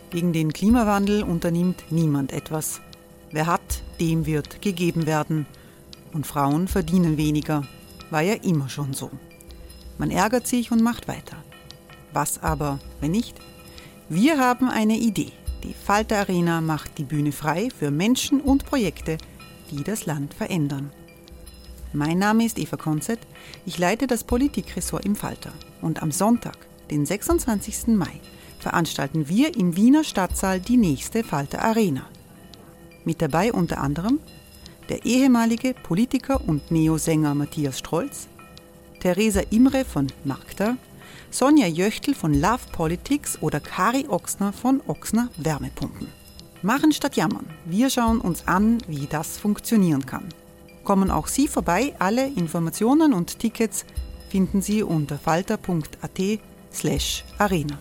Gegen den Klimawandel unternimmt niemand etwas. Wer hat, dem wird gegeben werden. Und Frauen verdienen weniger. War ja immer schon so. Man ärgert sich und macht weiter. Was aber, wenn nicht? Wir haben eine Idee. Die Falter Arena macht die Bühne frei für Menschen und Projekte, die das Land verändern. Mein Name ist Eva Konzett. Ich leite das Politikressort im Falter. Und am Sonntag, den 26. Mai, veranstalten wir im Wiener Stadtsaal die nächste Falter Arena. Mit dabei unter anderem der ehemalige Politiker und Neosänger Matthias Strolz, Theresa Imre von Magda, Sonja Jöchtl von Love Politics oder Kari Ochsner von Ochsner Wärmepumpen. Machen statt jammern. Wir schauen uns an, wie das funktionieren kann. Kommen auch Sie vorbei. Alle Informationen und Tickets finden Sie unter falter.at/arena.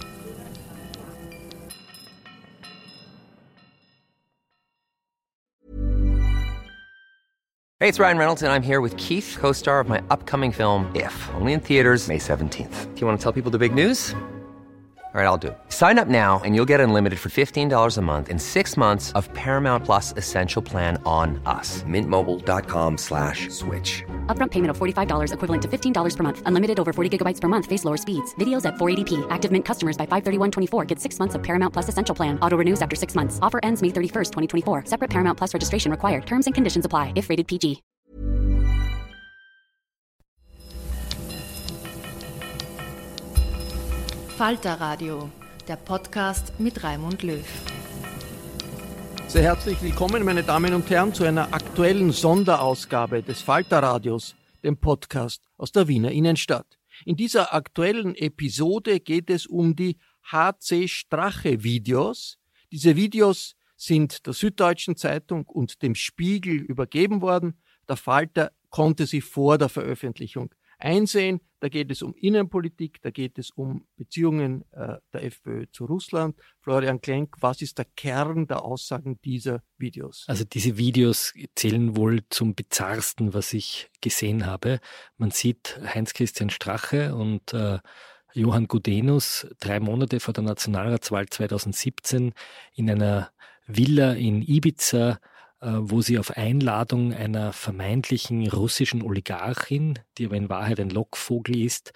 Hey, it's Ryan Reynolds, and I'm here with Keith, co-star of my upcoming film, If, only in theaters May 17th. Do you want to tell people the big news? All right, I'll do it. Sign up now and you'll get unlimited for $15 a month and 6 months of Paramount Plus Essential Plan on us. MintMobile.com/switch. Upfront payment of $45 equivalent to $15 per month. Unlimited over 40 gigabytes per month. Face lower speeds. Videos at 480p. Active Mint customers by 531.24 get 6 months of Paramount Plus Essential Plan. Auto renews after 6 months. Offer ends May 31st, 2024. Separate Paramount Plus registration required. Terms and conditions apply if rated PG. Falter Radio, der Podcast mit Raimund Löw. Sehr herzlich willkommen, meine Damen und Herren, zu einer aktuellen Sonderausgabe des Falter Radios, dem Podcast aus der Wiener Innenstadt. In dieser aktuellen Episode geht es um die HC Strache-Videos. Diese Videos sind der Süddeutschen Zeitung und dem Spiegel übergeben worden. Der Falter konnte sie vor der Veröffentlichung einsehen. Da geht es um Innenpolitik, da geht es um Beziehungen der FPÖ zu Russland. Florian Klenk, was ist der Kern der Aussagen dieser Videos? Also diese Videos zählen wohl zum Bizarrsten, was ich gesehen habe. Man sieht Heinz-Christian Strache und Johann Gudenus 3 Monate vor der Nationalratswahl 2017 in einer Villa in Ibiza, wo sie auf Einladung einer vermeintlichen russischen Oligarchin, die aber in Wahrheit ein Lockvogel ist,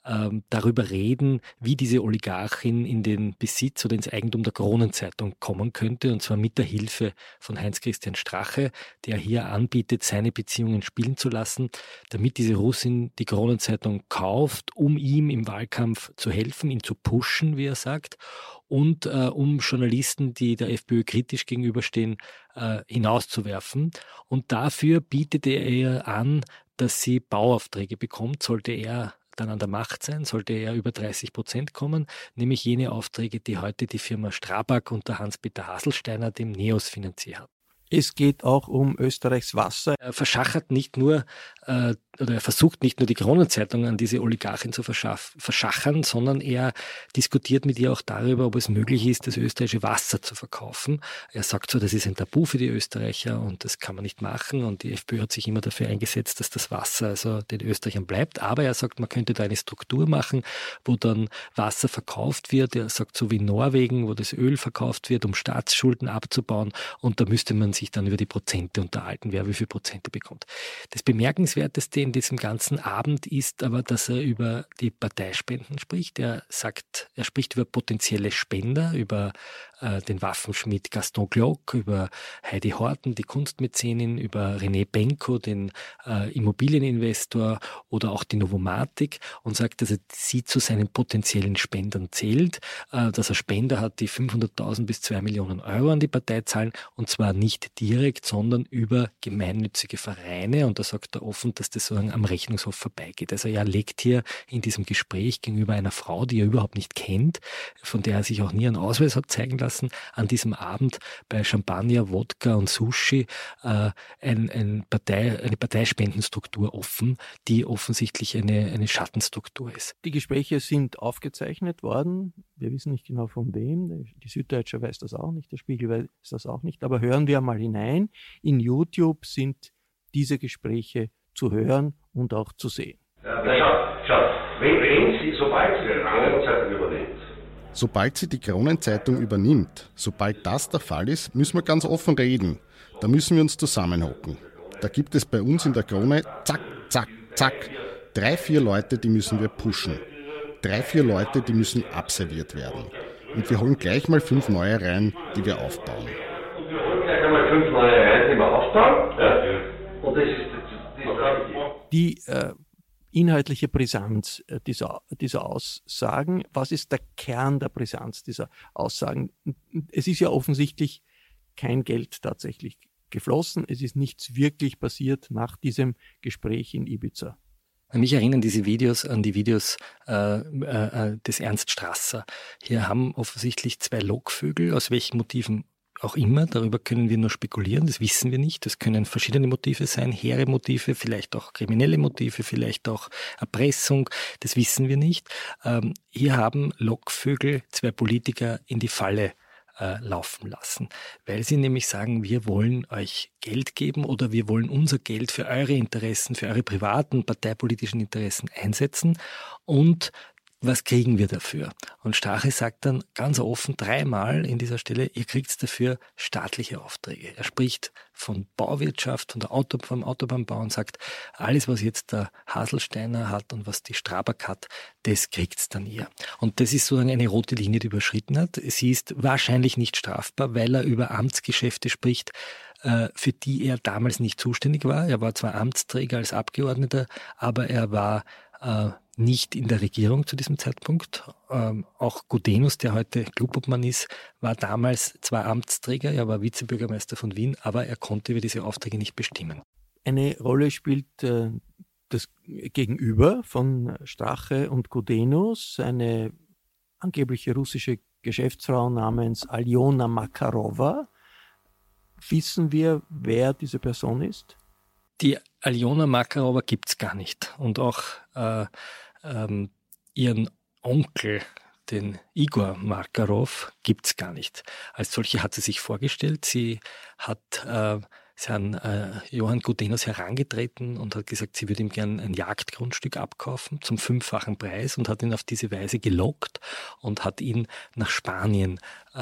darüber reden, wie diese Oligarchin in den Besitz oder ins Eigentum der Kronenzeitung kommen könnte, und zwar mit der Hilfe von Heinz-Christian Strache, der hier anbietet, seine Beziehungen spielen zu lassen, damit diese Russin die Kronenzeitung kauft, um ihm im Wahlkampf zu helfen, ihn zu pushen, wie er sagt, und um Journalisten, die der FPÖ kritisch gegenüberstehen, hinauszuwerfen. Und dafür bietete er ihr an, dass sie Bauaufträge bekommt, sollte er dann an der Macht sein, sollte er über 30% kommen, nämlich jene Aufträge, die heute die Firma Strabag unter Hans-Peter Haselsteiner, dem NEOS, finanziert. Es geht auch um Österreichs Wasser. Er verschachert nicht nur, oder er versucht nicht nur die Kronenzeitung an diese Oligarchin zu verschachern, sondern er diskutiert mit ihr auch darüber, ob es möglich ist, das österreichische Wasser zu verkaufen. Er sagt so, das ist ein Tabu für die Österreicher und das kann man nicht machen, und die FPÖ hat sich immer dafür eingesetzt, dass das Wasser also den Österreichern bleibt. Aber er sagt, man könnte da eine Struktur machen, wo dann Wasser verkauft wird. Er sagt, so wie in Norwegen, wo das Öl verkauft wird, um Staatsschulden abzubauen, und da müsste man sich dann über die Prozente unterhalten, wer wie viel Prozente bekommt. Das Bemerkenswerteste in diesem ganzen Abend ist aber, dass er über die Parteispenden spricht. Er spricht über potenzielle Spender, über den Waffenschmied Gaston Glock, über Heidi Horten, die Kunstmäzenin, über René Benko, den Immobilieninvestor, oder auch die Novomatic, und sagt, dass er sie zu seinen potenziellen Spendern zählt, dass er Spender hat, die 500.000 bis 2 Millionen Euro an die Partei zahlen, und zwar nicht direkt, sondern über gemeinnützige Vereine, und da sagt er offen, dass das sozusagen am Rechnungshof vorbeigeht. Also er legt hier in diesem Gespräch gegenüber einer Frau, die er überhaupt nicht kennt, von der er sich auch nie einen Ausweis hat zeigen lassen, an diesem Abend bei Champagner, Wodka und Sushi eine Parteispendenstruktur offen, die offensichtlich eine Schattenstruktur ist. Die Gespräche sind aufgezeichnet worden. Wir wissen nicht genau von wem. Die Süddeutsche weiß das auch nicht, der Spiegel weiß das auch nicht. Aber hören wir mal hinein. In YouTube sind diese Gespräche zu hören und auch zu sehen. Ja, schaut, wenn Sie, sobald Sie die Kronenzeitung übernimmt, Sobald sie die Kronenzeitung übernimmt, sobald das der Fall ist, müssen wir ganz offen reden. Da müssen wir uns zusammenhocken. Da gibt es bei uns in der Krone, zack, zack, zack, 3-4 Leute, die müssen wir pushen. 3-4 Leute, die müssen abserviert werden. Und wir holen gleich mal 5 neue rein, die wir aufbauen. Und wir holen gleich einmal 5 neue rein, die wir aufbauen. Ja. Und das ist die inhaltliche Brisanz dieser Aussagen. Was ist der Kern der Brisanz dieser Aussagen? Es ist ja offensichtlich kein Geld tatsächlich geflossen. Es ist nichts wirklich passiert nach diesem Gespräch in Ibiza. Mich erinnern diese Videos an die Videos des Ernst Strasser. Hier haben offensichtlich 2 Lockvögel, aus welchen Motiven auch immer, darüber können wir nur spekulieren, das wissen wir nicht. Das können verschiedene Motive sein, hehre Motive, vielleicht auch kriminelle Motive, vielleicht auch Erpressung, das wissen wir nicht. Hier haben Lockvögel 2 Politiker in die Falle laufen lassen, weil sie nämlich sagen, wir wollen euch Geld geben oder wir wollen unser Geld für eure Interessen, für eure privaten parteipolitischen Interessen einsetzen und was kriegen wir dafür? Und Strache sagt dann ganz offen 3-mal in dieser Stelle, ihr kriegt dafür staatliche Aufträge. Er spricht von Bauwirtschaft, vom Autobahnbau und sagt, alles, was jetzt der Haselsteiner hat und was die Strabag hat, das kriegt's dann ihr. Und das ist sozusagen eine rote Linie, die überschritten hat. Sie ist wahrscheinlich nicht strafbar, weil er über Amtsgeschäfte spricht, für die er damals nicht zuständig war. Er war zwar Amtsträger als Abgeordneter, aber er war nicht in der Regierung zu diesem Zeitpunkt. Auch Gudenus, der heute Klubobmann ist, war damals zwar Amtsträger, er war Vizebürgermeister von Wien, aber er konnte über diese Aufträge nicht bestimmen. Eine Rolle spielt das Gegenüber von Strache und Gudenus, eine angebliche russische Geschäftsfrau namens Aljona Makarova. Wissen wir, wer diese Person ist? Die Aljona Makarova gibt's gar nicht. Und auch ihren Onkel, den Igor Makarov, gibt's gar nicht. Als solche hat sie sich vorgestellt. Sie hat an Johann Gudenus herangetreten und hat gesagt, sie würde ihm gern ein Jagdgrundstück abkaufen zum 5-fachen Preis und hat ihn auf diese Weise gelockt und hat ihn nach Spanien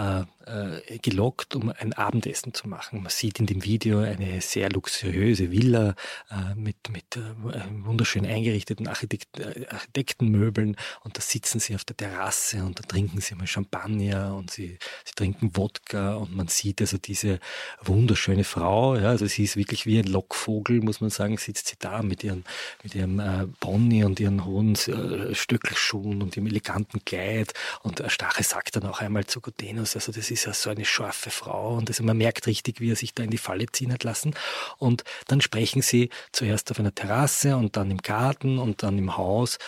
gelockt, um ein Abendessen zu machen. Man sieht in dem Video eine sehr luxuriöse Villa mit wunderschön eingerichteten Architektenmöbeln und da sitzen sie auf der Terrasse und da trinken sie mal Champagner und sie trinken Wodka und man sieht also diese wunderschöne Frau, ja, also sie ist wirklich wie ein Lockvogel, muss man sagen, sitzt sie da mit ihrem Pony und ihren hohen Stöckelschuhen und ihrem eleganten Kleid und Strache sagt dann auch einmal zu Gudenus, also das ist ja so eine scharfe Frau und also man merkt richtig, wie er sich da in die Falle ziehen hat lassen und dann sprechen sie zuerst auf einer Terrasse und dann im Garten und dann im Haus.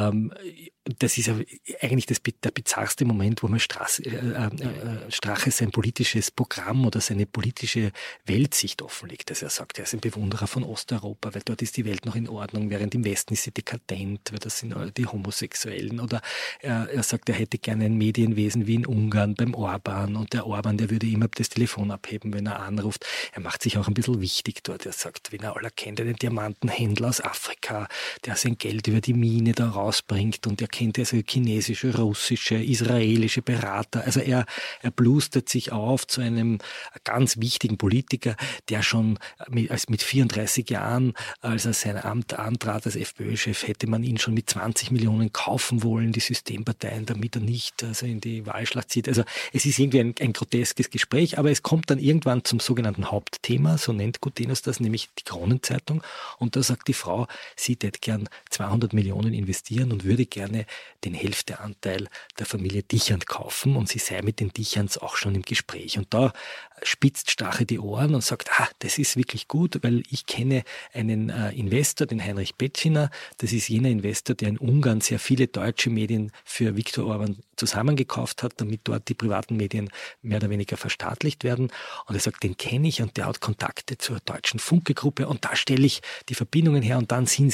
Das ist ja eigentlich der bizarrste Moment, wo man Strache sein politisches Programm oder seine politische Weltsicht offenlegt. Also er sagt, er ist ein Bewunderer von Osteuropa, weil dort ist die Welt noch in Ordnung, während im Westen ist sie dekadent, weil das sind die Homosexuellen. Oder er sagt, er hätte gerne ein Medienwesen wie in Ungarn beim Orban und der Orban, der würde immer das Telefon abheben, wenn er anruft. Er macht sich auch ein bisschen wichtig dort. Er sagt, wen er alle kennt, einen Diamantenhändler aus Afrika, der sein Geld über die Mine da rausbringt und er kennt also chinesische, russische, israelische Berater. Also er blustert sich auf zu einem ganz wichtigen Politiker, der schon mit 34 Jahren, als er sein Amt antrat als FPÖ-Chef, hätte man ihn schon mit 20 Millionen kaufen wollen, die Systemparteien, damit er nicht in die Wahlschlacht zieht. Also es ist irgendwie ein groteskes Gespräch, aber es kommt dann irgendwann zum sogenannten Hauptthema, so nennt Gudenus das, nämlich die Kronenzeitung. Und da sagt die Frau, sie hätte gern 200 Millionen investieren und würde gerne den Hälfteanteil der Familie Dichand kaufen und sie sei mit den Dichands auch schon im Gespräch. Und da spitzt Strache die Ohren und sagt, das ist wirklich gut, weil ich kenne einen Investor, den Heinrich Petschiner. Das ist jener Investor, der in Ungarn sehr viele deutsche Medien für Viktor Orban zusammengekauft hat, damit dort die privaten Medien mehr oder weniger verstaatlicht werden. Und er sagt, den kenne ich und der hat Kontakte zur deutschen Funke-Gruppe und da stelle ich die Verbindungen her und dann sind sie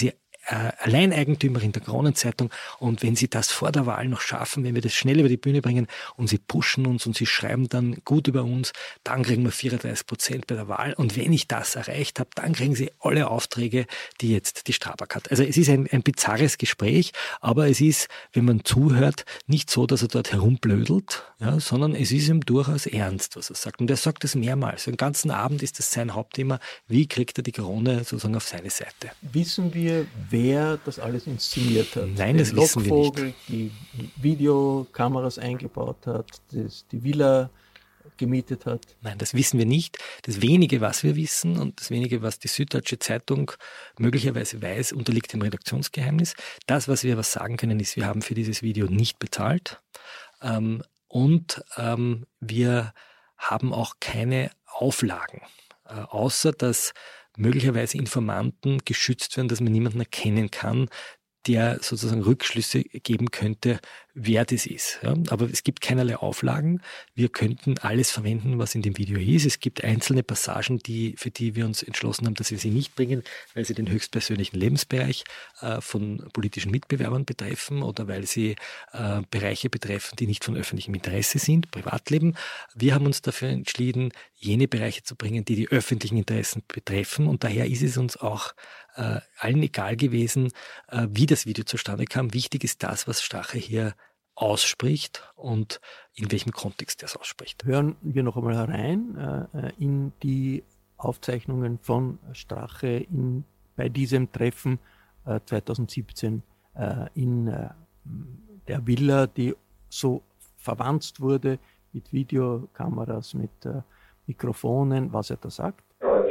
Alleineigentümerin der Kronenzeitung und wenn Sie das vor der Wahl noch schaffen, wenn wir das schnell über die Bühne bringen und Sie pushen uns und Sie schreiben dann gut über uns, dann kriegen wir 34% bei der Wahl und wenn ich das erreicht habe, dann kriegen Sie alle Aufträge, die jetzt die Strabag hat. Also es ist ein bizarres Gespräch, aber es ist, wenn man zuhört, nicht so, dass er dort herumblödelt, ja, sondern es ist ihm durchaus ernst, was er sagt. Und er sagt es mehrmals. Den ganzen Abend ist das sein Hauptthema. Wie kriegt er die Krone sozusagen auf seine Seite? Wissen wir, wer das alles inszeniert hat? Nein, das wissen wir nicht. Die Videokameras eingebaut hat, die Villa gemietet hat? Nein, das wissen wir nicht. Das wenige, was wir wissen und das wenige, was die Süddeutsche Zeitung möglicherweise weiß, unterliegt dem Redaktionsgeheimnis. Das, was wir aber sagen können, ist, wir haben für dieses Video nicht bezahlt und wir haben auch keine Auflagen, außer dass möglicherweise Informanten geschützt werden, dass man niemanden erkennen kann, der sozusagen Rückschlüsse geben könnte, wer das ist. Ja, aber es gibt keinerlei Auflagen. Wir könnten alles verwenden, was in dem Video ist. Es gibt einzelne Passagen, für die wir uns entschlossen haben, dass wir sie nicht bringen, weil sie den höchstpersönlichen Lebensbereich von politischen Mitbewerbern betreffen oder weil sie Bereiche betreffen, die nicht von öffentlichem Interesse sind, Privatleben. Wir haben uns dafür entschieden, jene Bereiche zu bringen, die die öffentlichen Interessen betreffen. Und daher ist es uns auch allen egal gewesen, wie das Video zustande kam. Wichtig ist das, was Strache hier ausspricht und in welchem Kontext er es ausspricht. Hören wir noch einmal herein in die Aufzeichnungen von Strache bei diesem Treffen 2017 in der Villa, die so verwanzt wurde mit Videokameras, mit Mikrofonen, was er da sagt.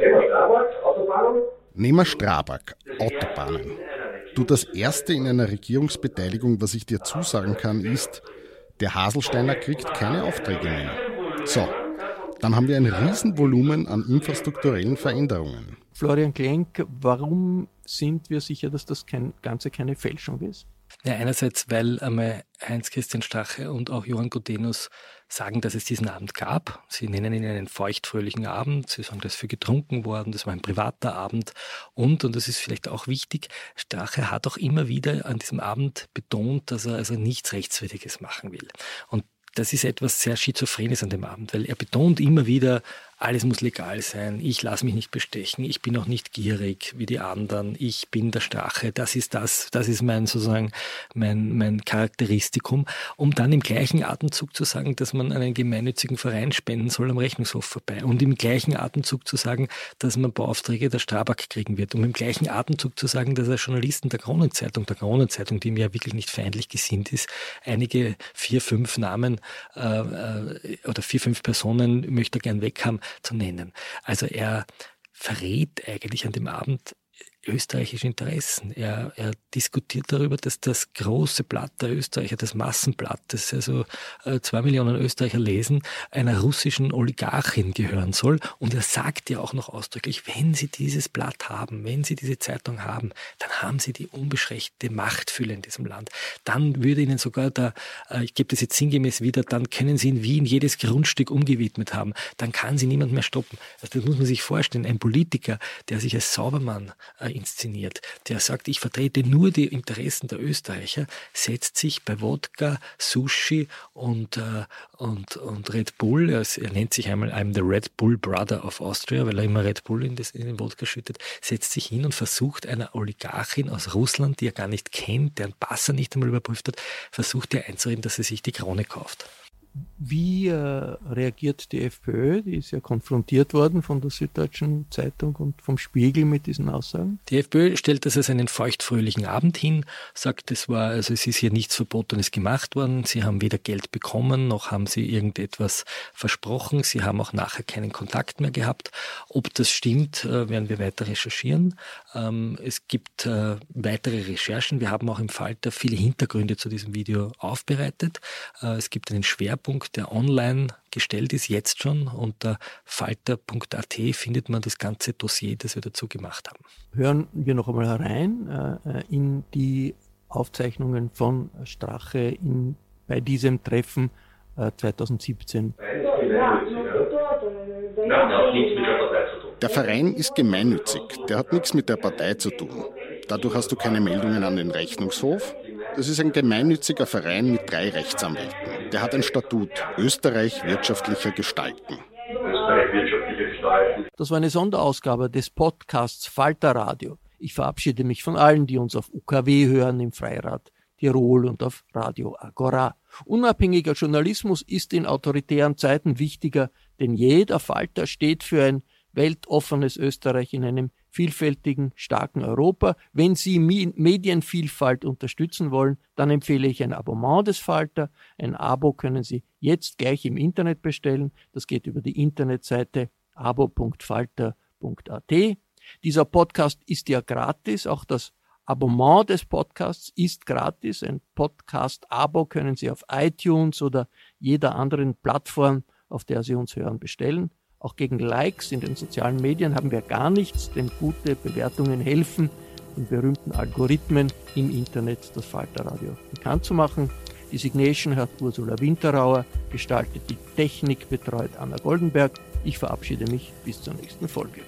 Nehmen wir Strabag, Autobahnen. Du, das Erste in einer Regierungsbeteiligung, was ich dir zusagen kann, ist, der Haselsteiner kriegt keine Aufträge mehr. So, dann haben wir ein Riesenvolumen an infrastrukturellen Veränderungen. Florian Klenk, warum sind wir sicher, dass das Ganze keine Fälschung ist? Ja, einerseits, weil einmal Heinz-Christian Strache und auch Johann Gudenus sagen, dass es diesen Abend gab. Sie nennen ihn einen feuchtfröhlichen Abend. Sie sagen, da ist viel getrunken worden, das war ein privater Abend. Und das ist vielleicht auch wichtig, Strache hat auch immer wieder an diesem Abend betont, dass er also nichts Rechtswidriges machen will. Und das ist etwas sehr Schizophrenes an dem Abend, weil er betont immer wieder, alles muss legal sein, ich lasse mich nicht bestechen, ich bin auch nicht gierig wie die anderen, ich bin der Strache, das ist mein sozusagen mein Charakteristikum, um dann im gleichen Atemzug zu sagen, dass man einen gemeinnützigen Verein spenden soll am Rechnungshof vorbei und im gleichen Atemzug zu sagen, dass man Beauftragte der Strabag kriegen wird, um im gleichen Atemzug zu sagen, dass er Journalisten der Kronenzeitung, die mir ja wirklich nicht feindlich gesinnt ist, einige 4-5 Namen oder 4-5 Personen möchte er gern weg haben, zu nennen. Also er verrät eigentlich an dem Abend österreichische Interessen. Er diskutiert darüber, dass das große Blatt der Österreicher, das Massenblatt, das also 2 Millionen Österreicher lesen, einer russischen Oligarchin gehören soll. Und er sagt ja auch noch ausdrücklich, wenn Sie dieses Blatt haben, wenn Sie diese Zeitung haben, dann haben Sie die unbeschränkte Machtfülle in diesem Land. Dann würde Ihnen sogar ich gebe das jetzt sinngemäß wieder, dann können Sie in Wien jedes Grundstück umgewidmet haben. Dann kann Sie niemand mehr stoppen. Also das muss man sich vorstellen. Ein Politiker, der sich als Saubermann inszeniert, der sagt, ich vertrete nur die Interessen der Österreicher, setzt sich bei Wodka, Sushi und Red Bull, er nennt sich einmal I'm the Red Bull Brother of Austria, weil er immer Red Bull in den Wodka schüttet, setzt sich hin und versucht einer Oligarchin aus Russland, die er gar nicht kennt, deren Pass er nicht einmal überprüft hat, versucht ihr einzureden, dass sie sich die Krone kauft. Wie reagiert die FPÖ? Die ist ja konfrontiert worden von der Süddeutschen Zeitung und vom Spiegel mit diesen Aussagen. Die FPÖ stellt das als einen feuchtfröhlichen Abend hin, sagt, es ist hier nichts Verbotenes gemacht worden. Sie haben weder Geld bekommen, noch haben sie irgendetwas versprochen. Sie haben auch nachher keinen Kontakt mehr gehabt. Ob das stimmt, werden wir weiter recherchieren. Es gibt weitere Recherchen. Wir haben auch im Falter viele Hintergründe zu diesem Video aufbereitet. Es gibt einen Schwerpunkt, der online gestellt ist, jetzt schon. Unter falter.at findet man das ganze Dossier, das wir dazu gemacht haben. Hören wir noch einmal herein in die Aufzeichnungen von Strache bei diesem Treffen 2017. Der Verein ist gemeinnützig, der hat nichts mit der Partei zu tun. Dadurch hast du keine Meldungen an den Rechnungshof. Das ist ein gemeinnütziger Verein mit 3 Rechtsanwälten. Der hat ein Statut Österreich wirtschaftlicher Gestalten. Das war eine Sonderausgabe des Podcasts Falter Radio. Ich verabschiede mich von allen, die uns auf UKW hören, im Freirad Tirol und auf Radio Agora. Unabhängiger Journalismus ist in autoritären Zeiten wichtiger, denn jeder Falter steht für ein weltoffenes Österreich in einem vielfältigen, starken Europa. Wenn Sie Medienvielfalt unterstützen wollen, dann empfehle ich ein Abonnement des Falter. Ein Abo können Sie jetzt gleich im Internet bestellen. Das geht über die Internetseite abo.falter.at. Dieser Podcast ist ja gratis, auch das Abonnement des Podcasts ist gratis. Ein Podcast-Abo können Sie auf iTunes oder jeder anderen Plattform, auf der Sie uns hören, bestellen. Auch gegen Likes in den sozialen Medien haben wir gar nichts, denn gute Bewertungen helfen, den berühmten Algorithmen im Internet das Falterradio bekannt zu machen. Die Signation hat Ursula Winterauer gestaltet, die Technik betreut Anna Goldenberg. Ich verabschiede mich bis zur nächsten Folge.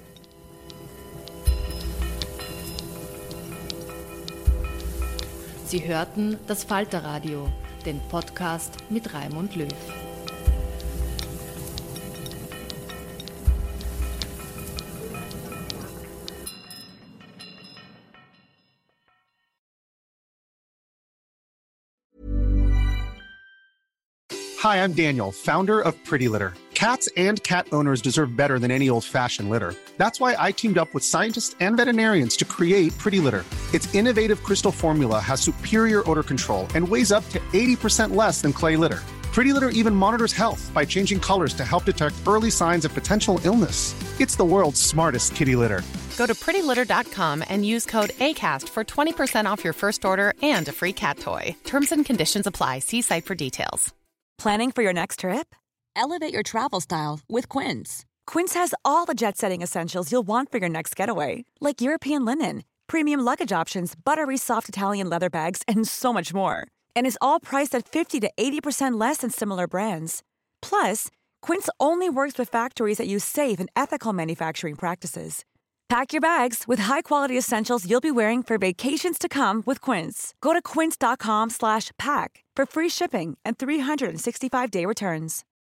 Sie hörten das Falterradio, den Podcast mit Raimund Löw. Hi, I'm Daniel, founder of Pretty Litter. Cats and cat owners deserve better than any old-fashioned litter. That's why I teamed up with scientists and veterinarians to create Pretty Litter. Its innovative crystal formula has superior odor control and weighs up to 80% less than clay litter. Pretty Litter even monitors health by changing colors to help detect early signs of potential illness. It's the world's smartest kitty litter. Go to prettylitter.com and use code ACAST for 20% off your first order and a free cat toy. Terms and conditions apply. See site for details. Planning for your next trip? Elevate your travel style with Quince. Quince has all the jet-setting essentials you'll want for your next getaway, like European linen, premium luggage options, buttery soft Italian leather bags, and so much more. And is all priced at 50 to 80% less than similar brands. Plus, Quince only works with factories that use safe and ethical manufacturing practices. Pack your bags with high-quality essentials you'll be wearing for vacations to come with Quince. Go to quince.com/pack for free shipping and 365-day returns.